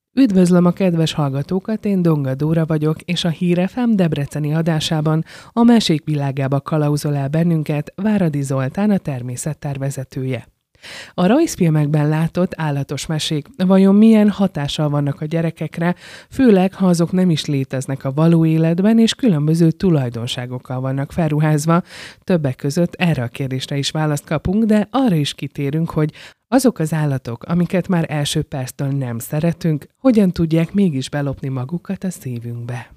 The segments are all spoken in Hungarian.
Üdvözlöm a kedves hallgatókat, én Donga Dóra vagyok, és a Hír FM debreceni adásában a mesék világába kalauzol el bennünket Váradi Zoltán, a természettervezetője. A rajzfilmekben látott állatos mesék vajon milyen hatással vannak a gyerekekre, főleg ha azok nem is léteznek a való életben, és különböző tulajdonságokkal vannak felruházva. Többek között erre a kérdésre is választ kapunk, de arra is kitérünk, hogy azok az állatok, amiket már első perctől nem szeretünk, hogyan tudják mégis belopni magukat a szívünkbe.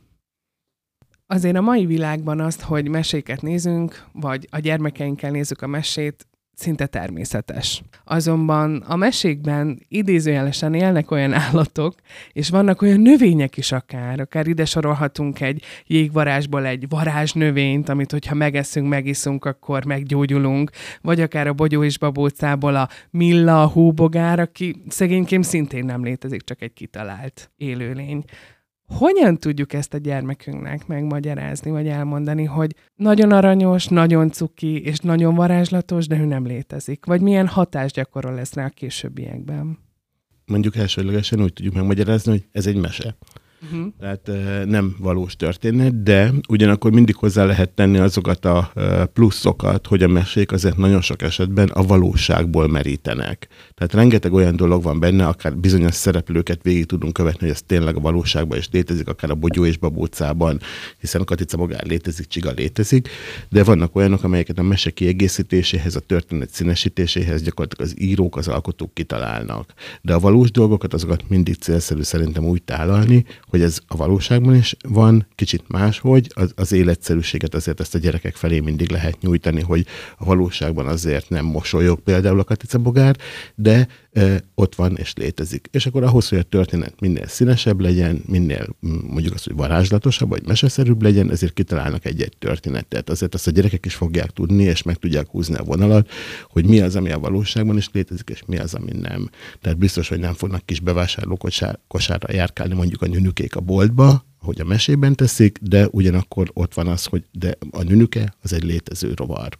Azért a mai világban azt, hogy meséket nézünk, vagy a gyermekeinkkel nézzük a mesét, szinte természetes. Azonban a mesékben idézőjelesen élnek olyan állatok, és vannak olyan növények is akár ide sorolhatunk egy jégvarázsból egy varázsnövényt, amit hogyha megiszunk, akkor meggyógyulunk, vagy akár a bogyó és babócából a milla, a hóbogár, aki szegénykém szintén nem létezik, csak egy kitalált élőlény. Hogyan tudjuk ezt a gyermekünknek megmagyarázni, vagy elmondani, hogy nagyon aranyos, nagyon cuki, és nagyon varázslatos, de ő nem létezik? Vagy milyen hatást gyakorol lesz rá a későbbiekben? Mondjuk elsőlegesen úgy tudjuk megmagyarázni, hogy ez egy mese. Tehát nem valós történet, de ugyanakkor mindig hozzá lehet tenni azokat a pluszokat, hogy a mesék azért nagyon sok esetben a valóságból merítenek. Tehát rengeteg olyan dolog van benne, akár bizonyos szereplőket végig tudunk követni, hogy ez tényleg a valóságban is létezik, akár a bogyó és babócában, hiszen a Katica bogár létezik, csiga létezik, de vannak olyanok, amelyeket a mese kiegészítéséhez, a történet színesítéséhez gyakorlatilag az írók, az alkotók kitalálnak. De a valós dolgokat, azokat mindig célszerű szerintem úgy tálalni, hogy ez a valóságban is van, kicsit máshogy, az életszerűséget azért ezt a gyerekek felé mindig lehet nyújtani, hogy a valóságban azért nem mosolyog például a Katica bogár, de ott van és létezik. És akkor ahhoz, hogy a történet minél színesebb legyen, minél mondjuk azt, hogy varázslatosabb, vagy meseszerűbb legyen, ezért kitalálnak egy-egy történetet. Azért azt a gyerekek is fogják tudni, és meg tudják húzni a vonalat, hogy mi az, ami a valóságban is létezik, és mi az, ami nem. Tehát biztos, hogy nem fognak kis bevásárlókosárra járkálni mondjuk a nünükék a boltba, hogy a mesében teszik, de ugyanakkor ott van az, hogy de a nünüke az egy létező rovar.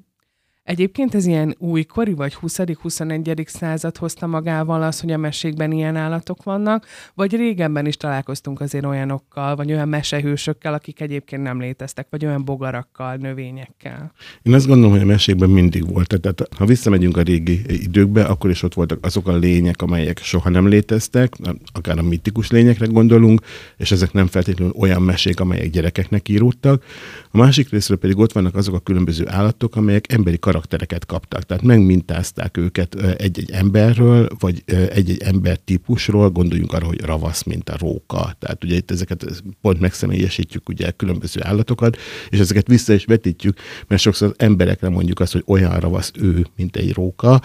Egyébként ez ilyen újkori, vagy 20.-21. század hozta magával az, hogy a mesékben ilyen állatok vannak, vagy régebben is találkoztunk azért olyanokkal, vagy olyan mesehősökkel, akik egyébként nem léteztek, vagy olyan bogarakkal, növényekkel? Én azt gondolom, hogy a mesékben mindig volt. Tehát ha visszamegyünk a régi időkbe, akkor is ott voltak azok a lények, amelyek soha nem léteztek, akár a mitikus lényekre gondolunk, és ezek nem feltétlenül olyan mesék, amelyek gyerekeknek íródtak. A másik részről pedig ott vannak azok a különböző állatok, amelyek emberi karaktereket kaptak, tehát megmintázták őket egy-egy emberről, vagy egy-egy ember típusról, gondoljunk arra, hogy ravasz, mint a róka. Tehát ugye itt ezeket pont megszemélyesítjük ugye különböző állatokat, és ezeket vissza is vetítjük, mert sokszor az emberekre mondjuk azt, hogy olyan ravasz ő, mint egy róka.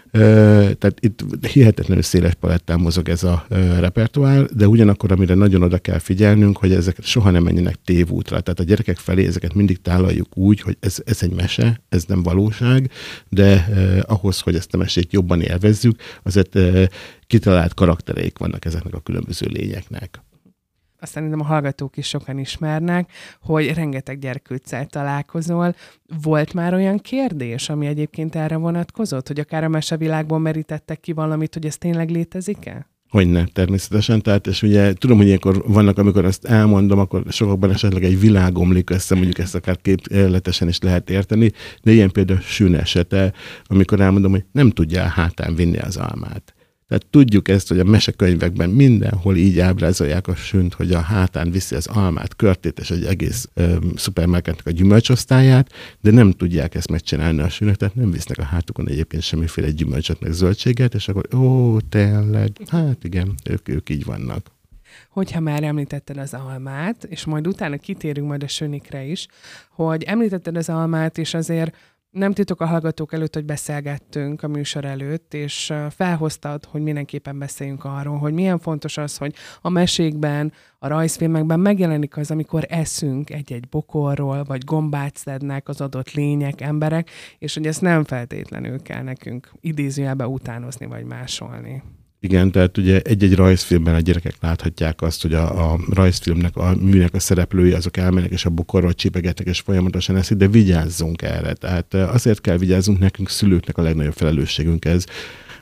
Tehát itt hihetetlenül széles palettán mozog ez a repertoár, de ugyanakkor, amire nagyon oda kell figyelnünk, hogy ezek soha nem menjenek tévútra. Tehát a gyerekek felé ezeket mindig tálaljuk úgy, hogy ez egy mese, ez nem valóság, de ahhoz, hogy ezt a mesét jobban élvezzük, azért kitalált karaktereik vannak ezeknek a különböző lényeknek. Azt szerintem a hallgatók is sokan ismernek, hogy rengeteg gyerkőccel találkozol. Volt már olyan kérdés, ami egyébként erre vonatkozott, hogy akár a mesevilágból merítettek ki valamit, hogy ez tényleg létezik-e? Hogyne, természetesen. Tehát, és ugye tudom, hogy ilyenkor vannak, amikor ezt elmondom, akkor sokakban esetleg egy világ omlik össze, mondjuk ezt akár képletesen is lehet érteni, de ilyen például Sün esete, amikor elmondom, hogy nem tudja a hátán vinni az almát. Tehát tudjuk ezt, hogy a mesekönyvekben mindenhol így ábrázolják a Sünt, hogy a hátán viszi az almát, körtét és egy egész szupermarketnek a gyümölcsosztályát, de nem tudják ezt megcsinálni a Sünök, tehát nem visznek a hátukon egyébként semmiféle gyümölcsöt, meg zöldséget, és akkor tényleg, hát igen, ők így vannak. Hogyha már említetted az almát, és majd utána kitérünk majd a Sünikre is, hogy említetted az almát, és azért nem titok a hallgatók előtt, hogy beszélgettünk a műsor előtt, és felhoztad, hogy mindenképpen beszéljünk arról, hogy milyen fontos az, hogy a mesékben, a rajzfilmekben megjelenik az, amikor eszünk egy-egy bokorról, vagy gombát szednek az adott lények, emberek, és hogy ezt nem feltétlenül kell nekünk idézőjelbe utánozni, vagy másolni. Igen, tehát ugye egy-egy rajzfilmben a gyerekek láthatják azt, hogy a rajzfilmnek, a műnek a szereplői, azok elmennek és a bokorról csipegetnek és folyamatosan eszik, de vigyázzunk erre. Tehát azért kell vigyázzunk, nekünk szülőknek a legnagyobb felelősségünk ez,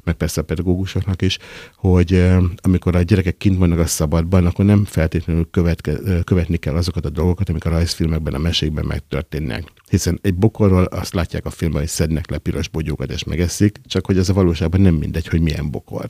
meg persze a pedagógusoknak is, hogy amikor a gyerekek kint vannak a szabadban, akkor nem feltétlenül követni kell azokat a dolgokat, amik a rajzfilmekben, a mesékben megtörténnek. Hiszen egy bokorról azt látják a filmben, hogy szednek le piros bogyókat és megeszik, csak hogy az a valóságban nem mindegy, hogy milyen bokor.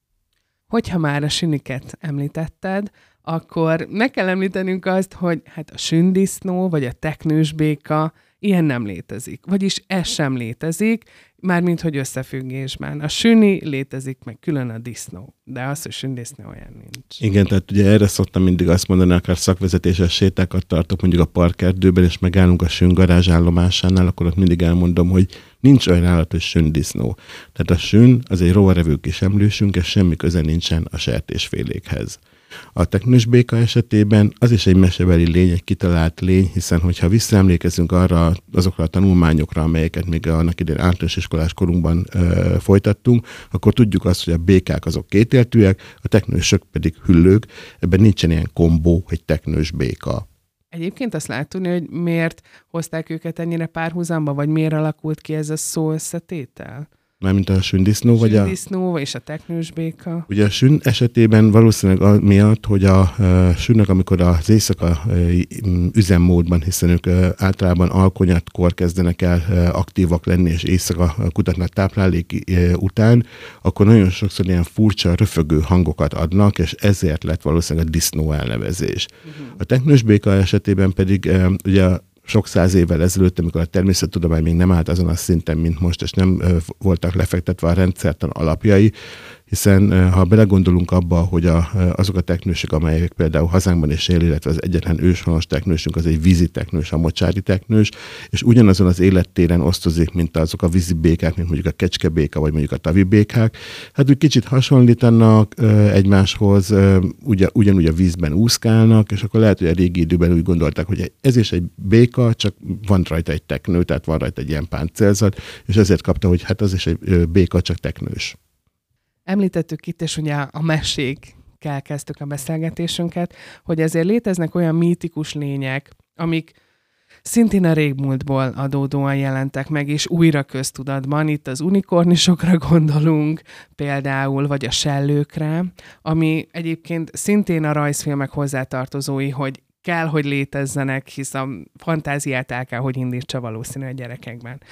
Hogyha már a süniket említetted, akkor meg kell említenünk azt, hogy hát a sündisznó vagy a teknős béka ilyen nem létezik. Vagyis ez sem létezik, mármint hogy összefüggésben. A süni létezik, meg külön a disznó. De az, hogy sündisznó olyan nincs. Igen, tehát ugye erre szoktam mindig azt mondani, akár szakvezetéses sétákat tartok mondjuk a parkerdőben, és megállunk a süngarázs állomásánál, akkor ott mindig elmondom, hogy nincs olyan állat, hogy sündisznó. Tehát a sün az egy rovarevő kis emlősünk, és semmi köze nincsen a sertésfélékhez. A teknős béka esetében az is egy mesebeli lény, egy kitalált lény, hiszen hogyha visszaemlékezünk azokra a tanulmányokra, amelyeket még annak idején általános iskolás korunkban folytattunk, akkor tudjuk azt, hogy a békák azok kétéltűek, a teknősök pedig hüllők, ebben nincsen ilyen kombó, hogy teknős béka. Egyébként azt lehet tudni, hogy miért hozták őket ennyire párhuzamba, vagy miért alakult ki ez a szó összetétel? Mármint a sündisznó, vagy a... Sündisznó és a teknős béka. Ugye a sün esetében valószínűleg miatt, hogy a sünnek, amikor az éjszaka üzemmódban, hiszen ők általában alkonyatkor kezdenek el aktívak lenni, és éjszaka kutatnak táplálék után, akkor nagyon sokszor ilyen furcsa, röfögő hangokat adnak, és ezért lett valószínűleg a disznó elnevezés. A teknős béka esetében pedig ugye sok száz évvel ezelőtt, amikor a természettudomány még nem állt azon a szinten, mint most, és nem voltak lefektetve a rendszertan alapjai, hiszen ha belegondolunk abba, hogy azok a teknősök, amelyek például hazánkban is él, illetve az egyetlen őshonos teknősünk, az egy vízi teknős, a mocsári teknős, és ugyanazon az élettéren osztozik, mint azok a vízi békák, mint mondjuk a kecskebéka, vagy mondjuk a tavi békák, hát úgy kicsit hasonlítanak egymáshoz, ugyanúgy a vízben úszkálnak, és akkor lehet, hogy a régi időben úgy gondolták, hogy ez is egy béka, csak van rajta egy teknő, tehát van rajta egy ilyen páncélzat, és ezért kapta, hogy hát az is egy béka, csak teknős. Említettük itt, és ugye a mesékkel kezdtük a beszélgetésünket, hogy ezért léteznek olyan mítikus lények, amik szintén a régmúltból adódóan jelentek meg, és újra köztudatban. Itt az unikornisokra gondolunk például, vagy a sellőkre, ami egyébként szintén a rajzfilmek hozzátartozói, hogy kell, hogy létezzenek, hisz a fantáziát el kell, hogy indítsa valószínű a gyerekekben.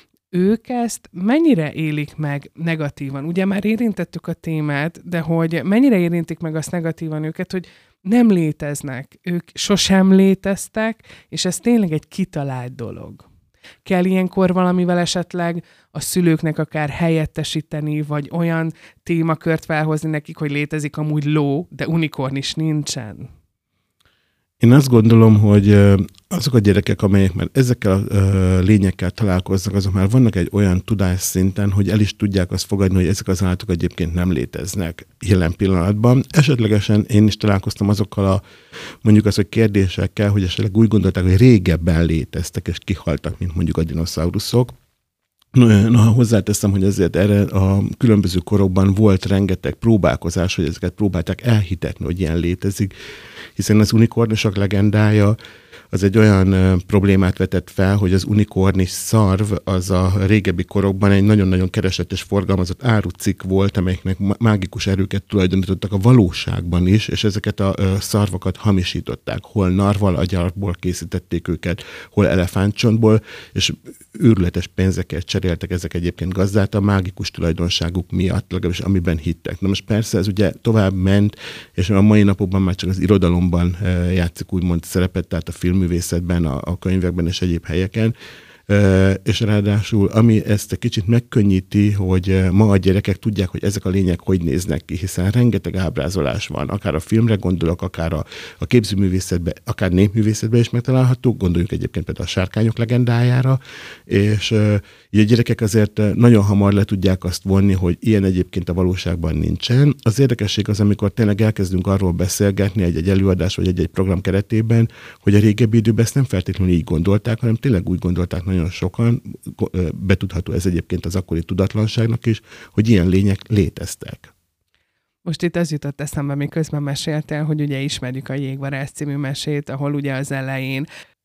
Ők ezt mennyire élik meg negatívan? Ugye már érintettük a témát, de hogy mennyire érintik meg azt negatívan őket, hogy nem léteznek, ők sosem léteztek, és ez tényleg egy kitalált dolog. Kell ilyenkor valamivel esetleg a szülőknek akár helyettesíteni, vagy olyan témakört felhozni nekik, hogy létezik amúgy ló, de unikornis nincsen? Én azt gondolom, hogy azok a gyerekek, amelyek már ezekkel a lényekkel találkoznak, azok már vannak egy olyan tudásszinten, hogy el is tudják azt fogadni, hogy ezek az állatok egyébként nem léteznek jelen pillanatban. Esetlegesen én is találkoztam azokkal mondjuk az, hogy kérdésekkel, hogy esetleg úgy gondolták, hogy régebben léteztek és kihaltak, mint mondjuk a dinoszauruszok. Na, hozzáteszem, hogy ezért erre a különböző korokban volt rengeteg próbálkozás, hogy ezeket próbálták elhitetni, hogy ilyen létezik, hiszen az unikornisok legendája az egy olyan problémát vetett fel, hogy az unikornis szarv az a régebbi korokban egy nagyon-nagyon keresett és forgalmazott árucikk volt, amelyeknek mágikus erőket tulajdonítottak a valóságban is, és ezeket a szarvakat hamisították. Hol narval agyarból készítették őket, hol elefántcsontból, és őrületes pénzeket cseréltek ezek egyébként gazdát a mágikus tulajdonságuk miatt, legalábbis amiben hittek. Na most persze ez ugye tovább ment, és a mai napokban már csak az irodalomban játszik úgymond szerepet, tehát a filmművészetben, a könyvekben és egyéb helyeken, és ráadásul ami ezt egy kicsit megkönnyíti, hogy ma a gyerekek tudják, hogy ezek a lények hogy néznek ki, hiszen rengeteg ábrázolás van, akár a filmre gondolok, akár a képzőművészetben, akár népművészetben is megtalálható, gondoljunk egyébként például a sárkányok legendájára, és így a gyerekek azért nagyon hamar le tudják azt vonni, hogy ilyen egyébként a valóságban nincsen. Az érdekesség az, amikor tényleg elkezdünk arról beszélgetni egy előadás vagy egy program keretében, hogy a régebbi időben ezt nem feltétlenül így gondolták, hanem tényleg úgy gondolták nagyon sokan, betudható ez egyébként az akkori tudatlanságnak is, hogy ilyen lények léteztek. Most itt az jutott eszembe, még közben meséltél, hogy ugye ismerjük a Jégvarász című mesét, ahol ugye az elején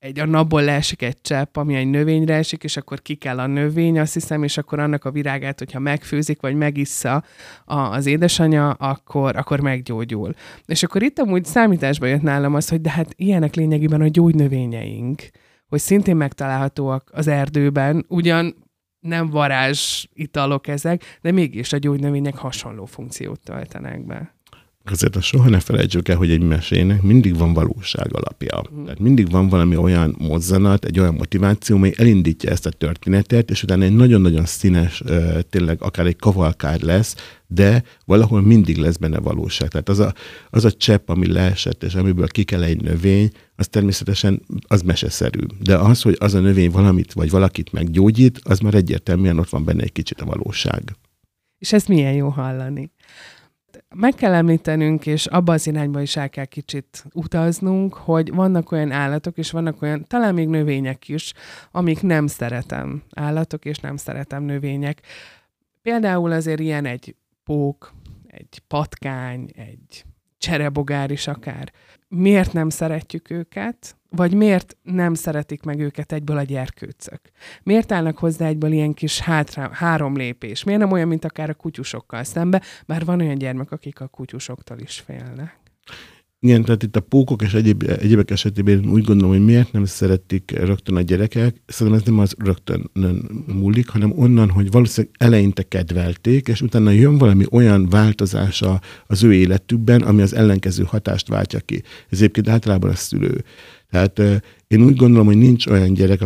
a napból leesik egy csepp, ami egy növényre esik, és akkor kikel a növény, azt hiszem, és akkor annak a virágát, hogyha megfőzik, vagy megissza az édesanyja, akkor meggyógyul. És akkor itt amúgy számításba jött nálam az, hogy de hát ilyenek lényegében a gyógynövényeink, hogy szintén megtalálhatóak az erdőben, ugyan nem varázs italok ezek, de mégis a gyógynövények hasonló funkciót töltenek be. Azért soha ne felejtsük el, hogy egy mesének mindig van valóság alapja. Tehát mindig van valami olyan mozzanat, egy olyan motiváció, amely elindítja ezt a történetet, és utána egy nagyon-nagyon színes, tényleg akár egy kavalkád lesz, de valahol mindig lesz benne valóság. Tehát az a csepp, ami leesett, és amiből kikel egy növény, az természetesen az meseszerű. De az, hogy az a növény valamit vagy valakit meggyógyít, az már egyértelműen ott van benne egy kicsit a valóság. És ezt milyen jó hallani. Meg kell említenünk, és abba az irányba is el kell kicsit utaznunk, hogy vannak olyan állatok, és vannak olyan, talán még növények is, amik nem szeretem állatok, és nem szeretem növények. Például azért ilyen egy pók, egy patkány, egy cserebogár is akár. Miért nem szeretjük őket? Vagy miért nem szeretik meg őket egyből a gyerkőcök? Miért állnak hozzá egyből ilyen kis három lépés? Miért nem olyan, mint akár a kutyusokkal szembe? Bár van olyan gyermek, akik a kutyusoktól is félnek. Igen, tehát itt a pókok és egyébek esetében úgy gondolom, hogy miért nem szeretik rögtön a gyerekek. Szerintem ez nem az rögtön múlik, hanem onnan, hogy valószínűleg eleinte kedvelték, és utána jön valami olyan változása az ő életükben, ami az ellenkező hatást váltja ki. Ez egyébként általában a szülő. Tehát én úgy gondolom, hogy nincs olyan gyerek,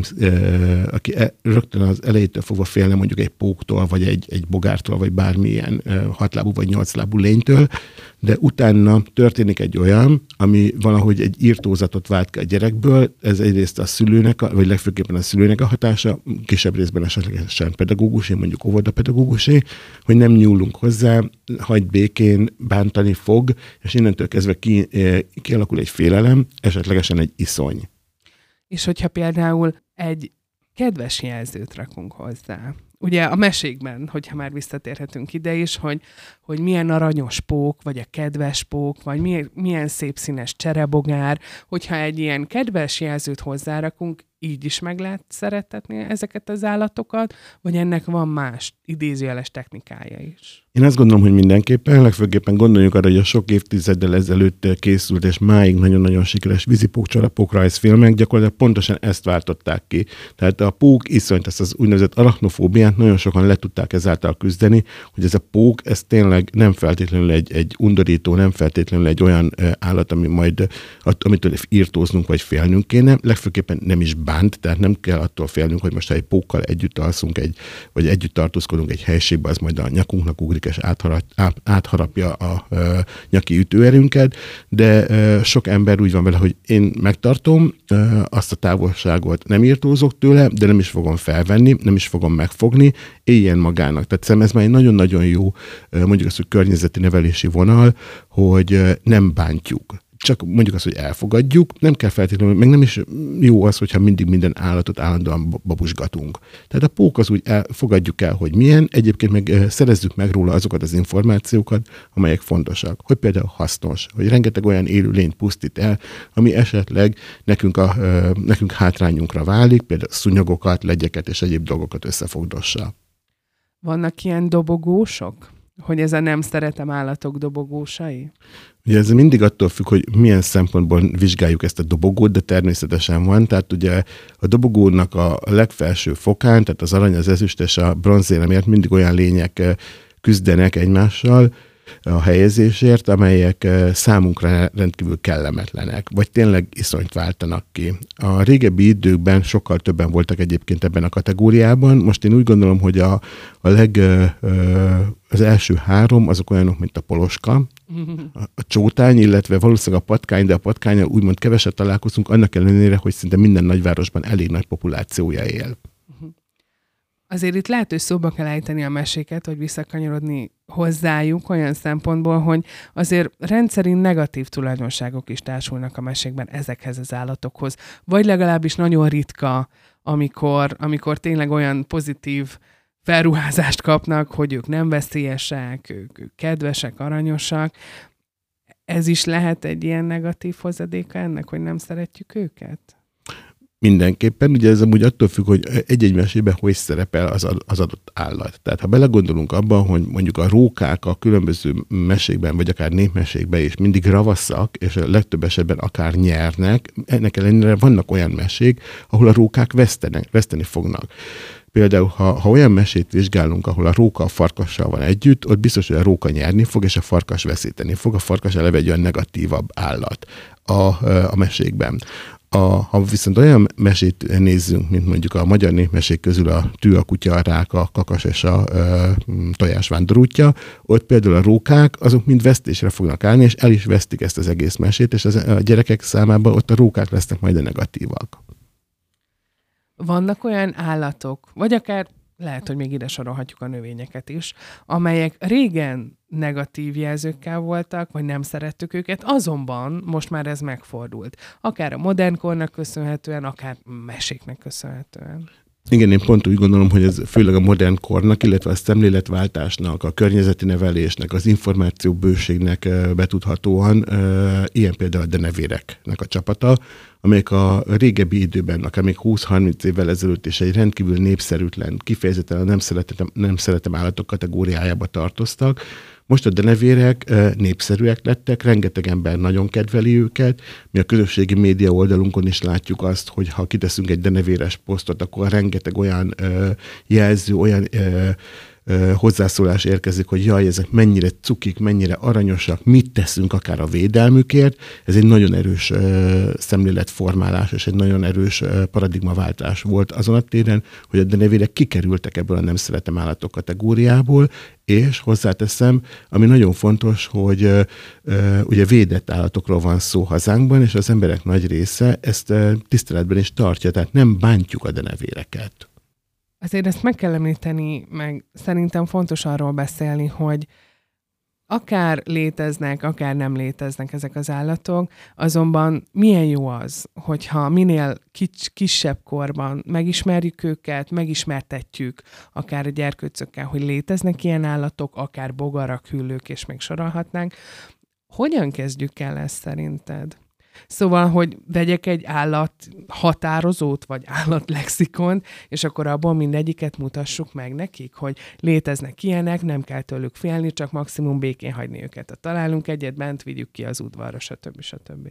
aki rögtön az elejétől fogva félne mondjuk egy póktól, vagy egy bogártól, vagy bármilyen hatlábú vagy nyolclábú lénytől, de utána történik egy olyan, ami valahogy egy irtózatot vált ki a gyerekből, ez egyrészt a szülőnek, vagy legfőképpen a szülőnek a hatása, kisebb részben esetlegesen pedagógusé, mondjuk óvodapedagógusé, hogy nem nyúlunk hozzá, hagyd békén, bántani fog, és innentől kezdve kialakul egy félelem, esetlegesen egy iszony. És hogyha például egy kedves jelzőt rakunk hozzá, ugye a mesékben, hogyha már visszatérhetünk ide is, hogy milyen aranyos pók, vagy a kedves pók, vagy milyen szép színes cserebogár, hogyha egy ilyen kedves jelzőt hozzárakunk, így is meg lehet szerettetni ezeket az állatokat, vagy ennek van más idézőjeles technikája is? Én azt gondolom, hogy mindenképpen, legfőképpen gondoljuk arra, hogy a sok évtizeddel ezelőtt készült, és máig nagyon-nagyon sikeres vízipók, csalapók rajzfilmek gyakorlatilag pontosan ezt váltották ki. Tehát a pók iszonyt, ezt az úgynevezett arachnofóbiát nagyon sokan le tudták ezáltal küzdeni, hogy ez a pók, ez tényleg nem feltétlenül egy undorító, nem feltétlenül egy olyan állat, amitől írtóznunk vagy félnünk kéne, legfőképpen nem is bánt, tehát nem kell attól félnünk, hogy most ha egy pókkal együtt alszunk, vagy együtt tartózkodunk egy helyiségbe, az majd a nyakunknak ugrik, és átharapja a nyaki ütőerőnket, de sok ember úgy van vele, hogy én megtartom azt a távolságot, nem írtózok tőle, de nem is fogom felvenni, nem is fogom megfogni, éljen magának. Tehát ez már egy nagyon-nagyon jó, mondjuk azt, hogy környezeti nevelési vonal, hogy nem bántjuk. Csak mondjuk azt, hogy elfogadjuk, nem kell feltétlenül, meg nem is jó az, hogyha mindig minden állatot állandóan babusgatunk. Tehát a pók az úgy fogadjuk el, hogy milyen, egyébként meg szerezzük meg róla azokat az információkat, amelyek fontosak. Hogy például hasznos, hogy rengeteg olyan élőlényt pusztít el, ami esetleg nekünk hátrányunkra válik, például szúnyogokat, legyeket és egyéb dolgokat összefogdossa. Vannak ilyen dobogósok? Hogy ez a nem szeretem állatok dobogósai? Ugye ez mindig attól függ, hogy milyen szempontból vizsgáljuk ezt a dobogót, de természetesen van. Tehát ugye a dobogónak a legfelső fokán, tehát az arany, az ezüst és a bronzéremért mindig olyan lények küzdenek egymással a helyezésért, amelyek számunkra rendkívül kellemetlenek, vagy tényleg iszonyt váltanak ki. A régebbi időkben sokkal többen voltak egyébként ebben a kategóriában. Most én úgy gondolom, hogy az első három azok olyanok, mint a poloska, a csótány, illetve valószínűleg a patkány, de a patkánnyal úgymond keveset találkozunk, annak ellenére, hogy szinte minden nagyvárosban elég nagy populációja él. Azért itt lehet, hogy szóba kell ejteni a meséket, hogy visszakanyarodni hozzájuk olyan szempontból, hogy azért rendszerint negatív tulajdonságok is társulnak a mesékben ezekhez az állatokhoz. Vagy legalábbis nagyon ritka, amikor tényleg olyan pozitív felruházást kapnak, hogy ők nem veszélyesek, ők kedvesek, aranyosak. Ez is lehet egy ilyen negatív hozadéka ennek, hogy nem szeretjük őket? Mindenképpen, ugye ez amúgy attól függ, hogy egy-egy mesében hogy szerepel az adott állat. Tehát ha belegondolunk abban, hogy mondjuk a rókák a különböző mesékben, vagy akár népmesékben is mindig ravaszak, és a legtöbb esetben akár nyernek, ennek ellenére vannak olyan mesék, ahol a rókák veszteni fognak. Például, ha olyan mesét vizsgálunk, ahol a róka a farkassal van együtt, ott biztos, hogy a róka nyerni fog, és a farkas veszíteni fog. A farkas eleve egy olyan negatívabb állat a mesékben. Ha viszont olyan mesét nézzünk, mint mondjuk a magyar népmesék közül a Tű, a kutya, a rák, a kakas és a tojás vándorútja, ott például a rókák, azok mind vesztésre fognak állni, és el is vesztik ezt az egész mesét, és a gyerekek számában ott a rókák lesznek majd a negatívak. Vannak olyan állatok, vagy akár lehet, hogy még ide sorolhatjuk a növényeket is, amelyek régen negatív jelzőkkel voltak, vagy nem szerettük őket, azonban most már ez megfordult. Akár a modern kornak köszönhetően, akár meséknek köszönhetően. Igen, én pont úgy gondolom, hogy ez főleg a modern kornak, illetve a szemléletváltásnak, a környezeti nevelésnek, az információ bőségnek betudhatóan, ilyen például a denevéreknek a csapata, amelyek a régebbi időben, akár még 20-30 évvel ezelőtt is egy rendkívül népszerűtlen, kifejezetten a nem szeretem állatok kategóriájába tartoztak. Most a denevérek népszerűek lettek, rengeteg ember nagyon kedveli őket. Mi a közösségi média oldalunkon is látjuk azt, hogy ha kiteszünk egy denevéres posztot, akkor rengeteg olyan jelző, olyan hozzászólás érkezik, hogy jaj, ezek mennyire cukik, mennyire aranyosak, mit teszünk akár a védelmükért. Ez egy nagyon erős szemléletformálás, és egy nagyon erős paradigmaváltás volt azon a téren, hogy a denevérek kikerültek ebből a nem szeretem állatok kategóriából, és hozzáteszem, ami nagyon fontos, hogy ugye védett állatokról van szó hazánkban, és az emberek nagy része ezt tiszteletben is tartja, tehát nem bántjuk a denevéreket. Azért ezt meg kell említeni, meg szerintem fontos arról beszélni, hogy akár léteznek, akár nem léteznek ezek az állatok, azonban milyen jó az, hogyha minél kisebb korban megismerjük őket, megismertetjük akár a gyerkőcökkel, hogy léteznek ilyen állatok, akár bogarak, hüllők, és még sorolhatnánk. Hogyan kezdjük el ezt szerinted? Szóval, hogy vegyek egy állathatározót, vagy állatlexikont, és akkor abból mindegyiket mutassuk meg nekik, hogy léteznek ilyenek, nem kell tőlük félni, csak maximum békén hagyni őket. Ha találunk egyet bent, vigyük ki az udvarra, stb.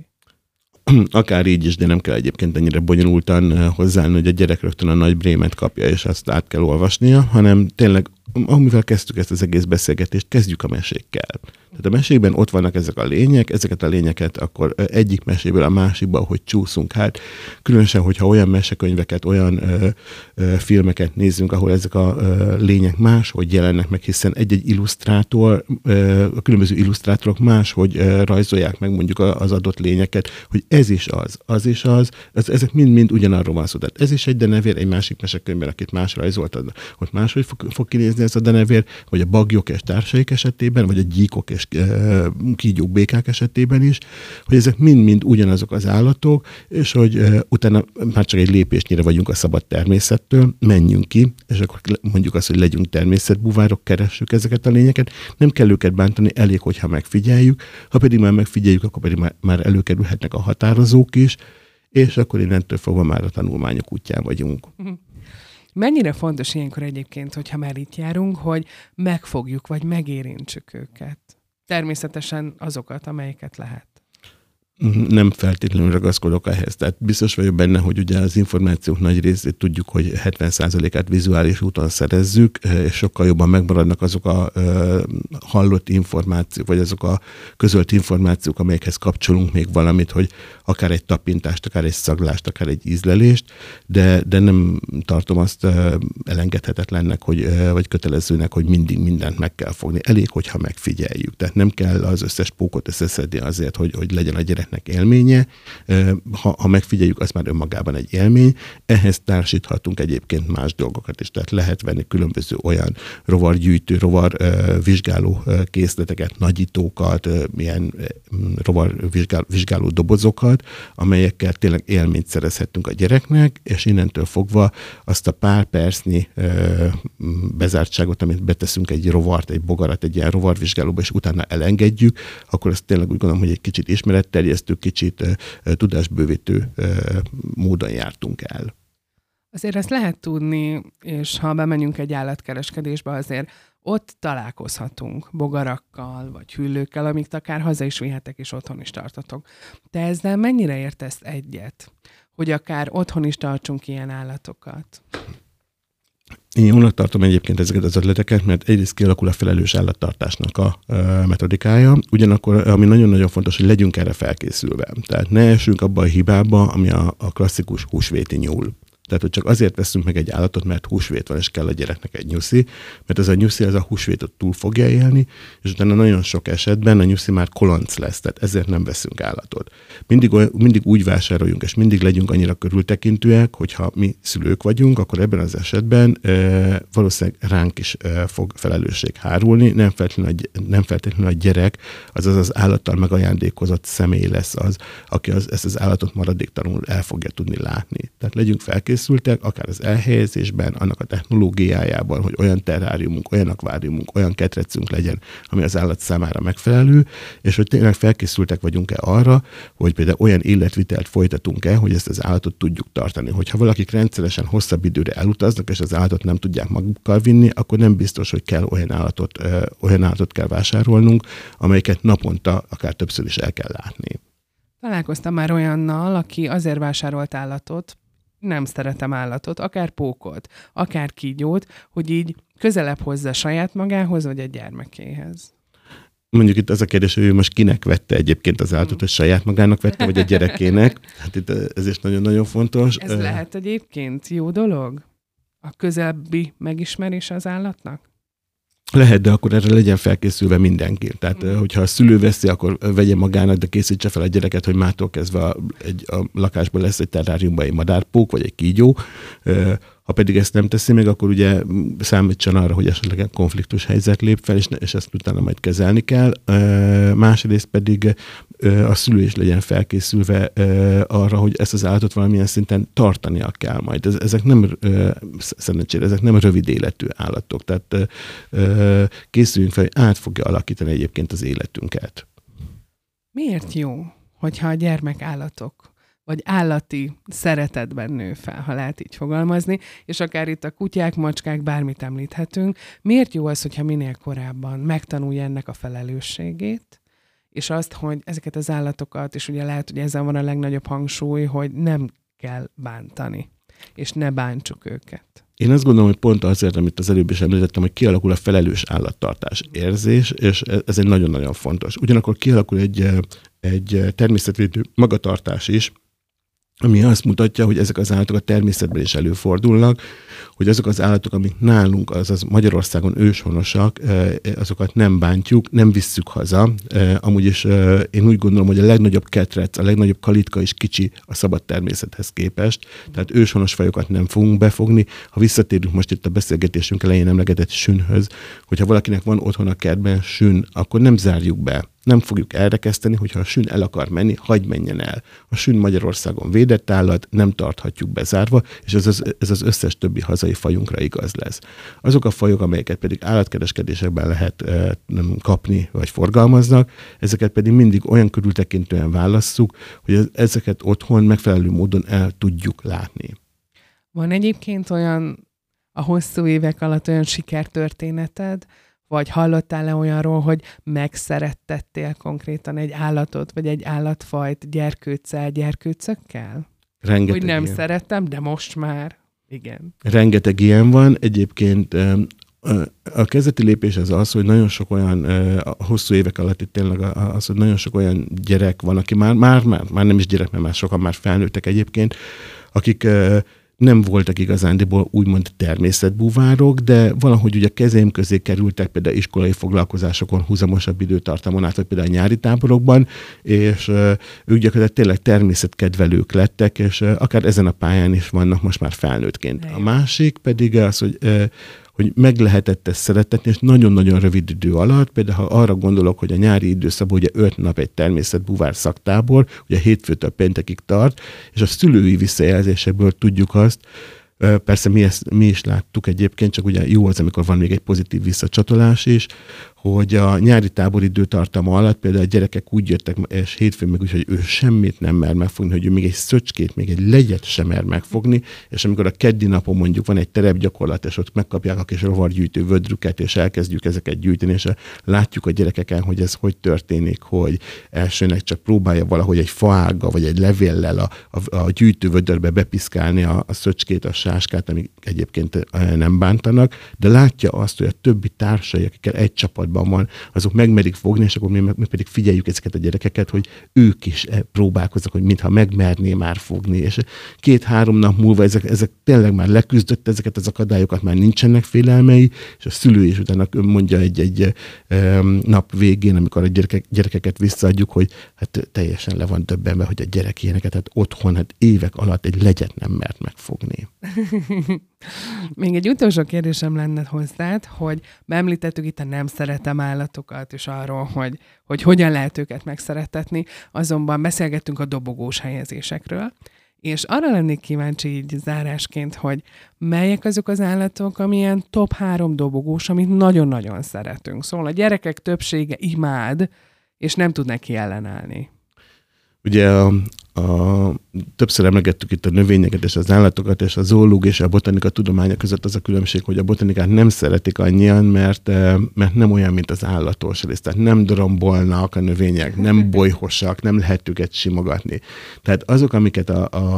Akár így is, de nem kell egyébként ennyire bonyolultan hozzáállni, hogy a gyerek rögtön a nagy brémet kapja, és azt át kell olvasnia, hanem tényleg, amivel kezdtük ezt az egész beszélgetést, kezdjük a mesékkel. Tehát a mesékben ott vannak ezek a lények, ezeket a lényeket akkor egyik meséből a másikba, hogy csúszunk. Hát különösen, hogyha olyan mesekönyveket, olyan filmeket nézzünk, ahol ezek a lények máshogy jelennek meg, hiszen egy-egy illusztrátor, a különböző illusztrátorok máshogy rajzolják meg mondjuk az adott lényeket, hogy ez is az is az, ezek mind ugyanarról van szó. Tehát ez is egy denevér, egy másik mesekönyvben, akit más rajzoltad, hogy máshogy fog kinézni ez a denevér, vagy a bagyok és társaik esetében, vagy a gyíkok és kígyók, békák esetében is, hogy ezek mind-mind ugyanazok az állatok, és hogy utána már csak egy lépésnyire vagyunk a szabad természettől, menjünk ki, és akkor mondjuk azt, hogy legyünk természetbuvárok, keressük ezeket a lényeket, nem kell őket bántani, elég, hogyha megfigyeljük, ha pedig már megfigyeljük, akkor pedig már előkerülhetnek a határozók is, és akkor innentől fogva már a tanulmányok útján vagyunk. Mennyire fontos ilyenkor egyébként, hogyha már itt járunk, hogy megfogjuk, vagy megérintsük őket? Természetesen azokat, amelyeket lehet. Nem feltétlenül ragaszkodok ehhez. Tehát biztos vagyok benne, hogy ugye az információk nagy részét tudjuk, hogy 70%-át vizuális úton szerezzük, és sokkal jobban megmaradnak azok a hallott információk, vagy azok a közölt információk, amelyekhez kapcsolunk még valamit, hogy akár egy tapintást, akár egy szaglást, akár egy ízlelést, de nem tartom azt elengedhetetlennek, vagy kötelezőnek, hogy mindig mindent meg kell fogni. Elég, hogyha megfigyeljük. Tehát nem kell az összes pókot összeszedni azért, hogy legyen a gyereknek élménye. Ha megfigyeljük, az már önmagában egy élmény. Ehhez társíthatunk egyébként más dolgokat is. Tehát lehet venni különböző olyan rovargyűjtő, rovarvizsgáló készleteket, nagyítókat, ilyen rovarvizsgáló dobozokat, amelyekkel tényleg élményt szerezhetünk a gyereknek, és innentől fogva azt a pár percnyi bezártságot, amit beteszünk egy rovart, egy bogarat, egy ilyen rovarvizsgálóba, és utána elengedjük, akkor azt tényleg úgy gondolom, hogy egy kicsit ismeretterjesztő, fejlesztő, kicsit tudásbővítő módon jártunk el. Azért ezt lehet tudni, és ha bemegyünk egy állatkereskedésbe, azért ott találkozhatunk bogarakkal, vagy hüllőkkel, amiket akár haza is vihetek, és otthon is tartatok. Te ezzel mennyire értesz egyet, hogy akár otthon is tartsunk ilyen állatokat? Én jónak tartom egyébként ezeket az ötleteket, mert egyrészt kialakul a felelős állattartásnak a metodikája, ugyanakkor ami nagyon-nagyon fontos, hogy legyünk erre felkészülve. Tehát ne esünk abba a hibába, ami a klasszikus húsvéti nyúl. Tehát, hogy csak azért veszünk meg egy állatot, mert húsvét van, és kell a gyereknek egy nyuszi, mert ez a nyuszi, ez a húsvétot túl fogja élni, és utána nagyon sok esetben a nyuszi már kolonc lesz, tehát ezért nem veszünk állatot. Mindig úgy vásároljunk, és mindig legyünk annyira körültekintőek, hogyha mi szülők vagyunk, akkor ebben az esetben valószínűleg ránk is fog felelősség hárulni, nem feltétlenül a gyerek, azaz az állattal megajándékozott személy lesz az, aki ezt az állatot maradéktalanul el fogja tudni látni. Tehát legyünk felkészültek, akár az elhelyezésben, annak a technológiájában, hogy olyan terráriumunk, olyan akváriumunk, olyan ketrecünk legyen, ami az állat számára megfelelő, és hogy tényleg felkészültek vagyunk-e arra, hogy például olyan életvitelt folytatunk-e, hogy ezt az állatot tudjuk tartani. Hogyha valakik rendszeresen hosszabb időre elutaznak, és az állatot nem tudják magukkal vinni, akkor nem biztos, hogy kell olyan állatot kell vásárolnunk, amelyiket naponta akár többször is el kell látni. Találkoztam már olyannal, aki azért vásárolt állatot, nem szeretem állatot, akár pókot, akár kígyót, hogy így közelebb hozza saját magához, vagy a gyermekéhez. Mondjuk itt az a kérdés, hogy ő most kinek vette egyébként az állatot, hogy saját magának vette, vagy a gyerekének. Hát itt ez is nagyon-nagyon fontos. Ez lehet egyébként jó dolog? A közelebbi megismerés az állatnak? Lehet, de akkor erre legyen felkészülve mindenki. Tehát, hogyha a szülő veszi, akkor vegye magának, de készítse fel a gyereket, hogy mától kezdve a lakásban lesz egy terráriumban egy madárpók, vagy egy kígyó. Ha pedig ezt nem teszi meg, akkor ugye számítson arra, hogy esetleg konfliktus helyzet lép fel, és ezt utána majd kezelni kell. Másrészt pedig a szülő is legyen felkészülve arra, hogy ezt az állatot valamilyen szinten tartania kell majd. Ezek nem, szerencsére, ezek nem rövid életű állatok. Tehát készüljünk fel, hogy át fogja alakítani egyébként az életünket. Miért jó, hogyha a gyermekállatok vagy állati szeretetben nő fel, ha lehet így fogalmazni, és akár itt a kutyák, macskák, bármit említhetünk. Miért jó az, hogyha minél korábban megtanulja ennek a felelősségét, és azt, hogy ezeket az állatokat, és ugye lehet, hogy ezzel van a legnagyobb hangsúly, hogy nem kell bántani, és ne bántsuk őket. Én azt gondolom, hogy pont azért, amit az előbb is említettem, hogy kialakul a felelős állattartás érzés, és ez egy nagyon-nagyon fontos. Ugyanakkor kialakul egy természetvédő magatartás is, ami azt mutatja, hogy ezek az állatok a természetben is előfordulnak, hogy azok az állatok, amik nálunk, azaz Magyarországon őshonosak, azokat nem bántjuk, nem visszük haza. Amúgy is én úgy gondolom, hogy a legnagyobb ketrec, a legnagyobb kalitka is kicsi a szabad természethez képest, tehát őshonos fajokat nem fogunk befogni. Ha visszatérünk most itt a beszélgetésünk elején emlegetett sünhöz, hogyha valakinek van otthon a kertben sün, akkor nem zárjuk be. Nem fogjuk elrekeszteni, hogyha a sün el akar menni, hagyj menjen el. A sün Magyarországon védett állat, nem tarthatjuk bezárva, és ez az összes többi hazai fajunkra igaz lesz. Azok a fajok, amelyeket pedig állatkereskedésekben lehet kapni, vagy forgalmaznak, ezeket pedig mindig olyan körültekintően válasszuk, hogy ezeket otthon megfelelő módon el tudjuk látni. Van egyébként olyan a hosszú évek alatt olyan sikertörténeted, vagy hallottál-e olyanról, hogy megszerettettél konkrétan egy állatot, vagy egy állatfajt gyerkőccel? Rengeteg hogy nem ilyen. szerettem, de most már igen. Rengeteg ilyen van. Egyébként a kezdeti lépés az, hogy nagyon sok olyan, a hosszú évek alatt itt tényleg az, hogy nagyon sok olyan gyerek van, aki már nem is gyerek, mert már sokan már felnőttek egyébként, akik nem voltak igazándiból úgymond természetbúvárok, de valahogy ugye kezém közé kerültek például iskolai foglalkozásokon húzamosabb időtartamon át, vagy például a nyári táborokban, és ők gyakorlatilag tényleg természetkedvelők lettek, és akár ezen a pályán is vannak most már felnőttként. A másik pedig az, hogy meg lehetett ezt szeretetni, és nagyon-nagyon rövid idő alatt, például ha arra gondolok, hogy a nyári időszakban ugye 5 nap egy természetbúvár szaktábor, ugye hétfőtől péntekig tart, és a szülői visszajelzésekből tudjuk azt, persze mi is láttuk egyébként, csak ugye jó az, amikor van még egy pozitív visszacsatolás is, hogy a nyári táboridőtartama alatt például a gyerekek úgy jöttek, és hétfőn meg úgy, hogy ő semmit nem mer megfogni, hogy ő még egy szöcskét, még egy legyet sem mer megfogni, és amikor a keddi napon mondjuk van egy terepgyakorlat, és ott megkapják a kis rovargyűjtő vödrüket, és elkezdjük ezeket gyűjteni, és látjuk a gyerekeken, hogy ez hogy történik, hogy elsőnek csak próbálja valahogy egy faággal, vagy egy levéllel a gyűjtővödörbe bepiszkálni a szöcskét, a sáskát, amik egyébként nem bántanak, de látja azt, hogy a többi társai, akikkel egy csapatban van, azok megmerik fogni, és akkor mi pedig figyeljük ezeket a gyerekeket, hogy ők is próbálkoznak, hogy mintha megmerné már fogni, és 2-3 nap múlva ezek tényleg már leküzdött ezeket az akadályokat, már nincsenek félelmei, és a szülő is utána mondja egy nap végén, amikor a gyerekeket visszaadjuk, hogy hát teljesen le van döbbenve, hogy a gyerek ilyeneket, hát otthon évek alatt egy legyet nem mert megfogni. Még egy utolsó kérdésem lenne hozzád, hogy beemlítettük itt a nem szeretem állatokat, és arról, hogy hogyan lehet őket megszeretetni, azonban beszélgettünk a dobogós helyezésekről, és arra lennék kíváncsi így zárásként, hogy melyek azok az állatok, amilyen top 3 dobogós, amit nagyon-nagyon szeretünk. Szóval a gyerekek többsége imád, és nem tud neki ellenállni. Ugye többször emlegettük itt a növényeket és az állatokat, és a zoológia és a botanika tudománya között az a különbség, hogy a botanikát nem szeretik annyian, mert nem olyan, mint az állatos rész. Tehát nem drombolnak a növények, nem bolyhosak, nem lehet őket simogatni. Tehát azok, amiket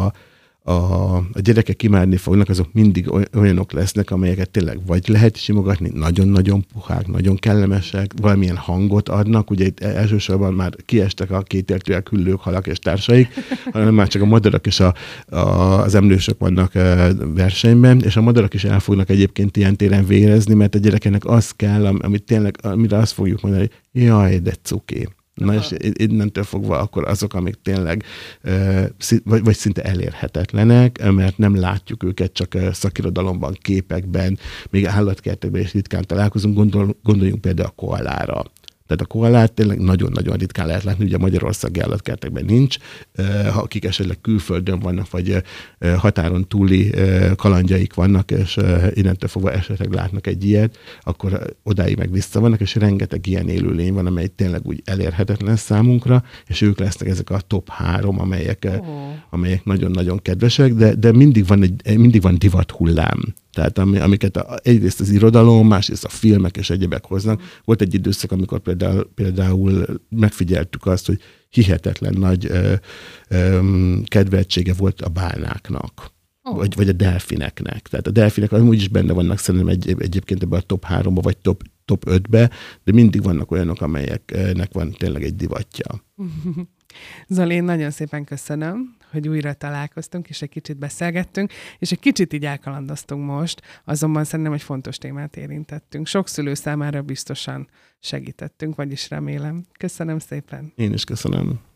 a gyerekek imádni fognak, azok mindig olyanok lesznek, amelyeket tényleg vagy lehet simogatni, nagyon-nagyon puhák, nagyon kellemesek, valamilyen hangot adnak, ugye itt elsősorban már kiestek a kétértőek, hüllők, halak és társaik, hanem már csak a madarak és az emlősök vannak versenyben, és a madarak is el fognak egyébként ilyen téren vérezni, mert a gyerekeknek az kell, amit tényleg, amire azt fogjuk mondani, hogy jaj, de cuki. Na és innentől fogva akkor azok, amik tényleg vagy szinte elérhetetlenek, mert nem látjuk őket csak szakirodalomban, képekben, még állatkertekben is ritkán találkozunk, gondoljunk például a koalára. Tehát a koalát tényleg nagyon-nagyon ritkán lehet látni, ugye a magyarországi állatkertekben nincs, akik esetleg külföldön vannak, vagy határon túli kalandjaik vannak, és innentől fogva esetleg látnak egy ilyet, akkor odáig meg vissza vannak, és rengeteg ilyen élőlény van, amely tényleg úgy elérhetetlen számunkra, és ők lesznek ezek a top 3, amelyek nagyon-nagyon kedvesek, de mindig van divat hullám. Tehát amiket egyrészt az irodalom, másrészt a filmek és egyebek hoznak. Volt egy időszak, amikor például megfigyeltük azt, hogy hihetetlen nagy kedveltsége volt a bálnáknak. Vagy a delfineknek. Tehát a delfinek amúgy is benne vannak szerintem egyébként ebben a top 3-ba, vagy top 5-be, de mindig vannak olyanok, amelyeknek van tényleg egy divatja. Zoli, én nagyon szépen köszönöm, hogy újra találkoztunk, és egy kicsit beszélgettünk, és egy kicsit így elkalandoztunk most, azonban szerintem egy fontos témát érintettünk. Sok szülő számára biztosan segítettünk, vagyis remélem. Köszönöm szépen. Én is köszönöm.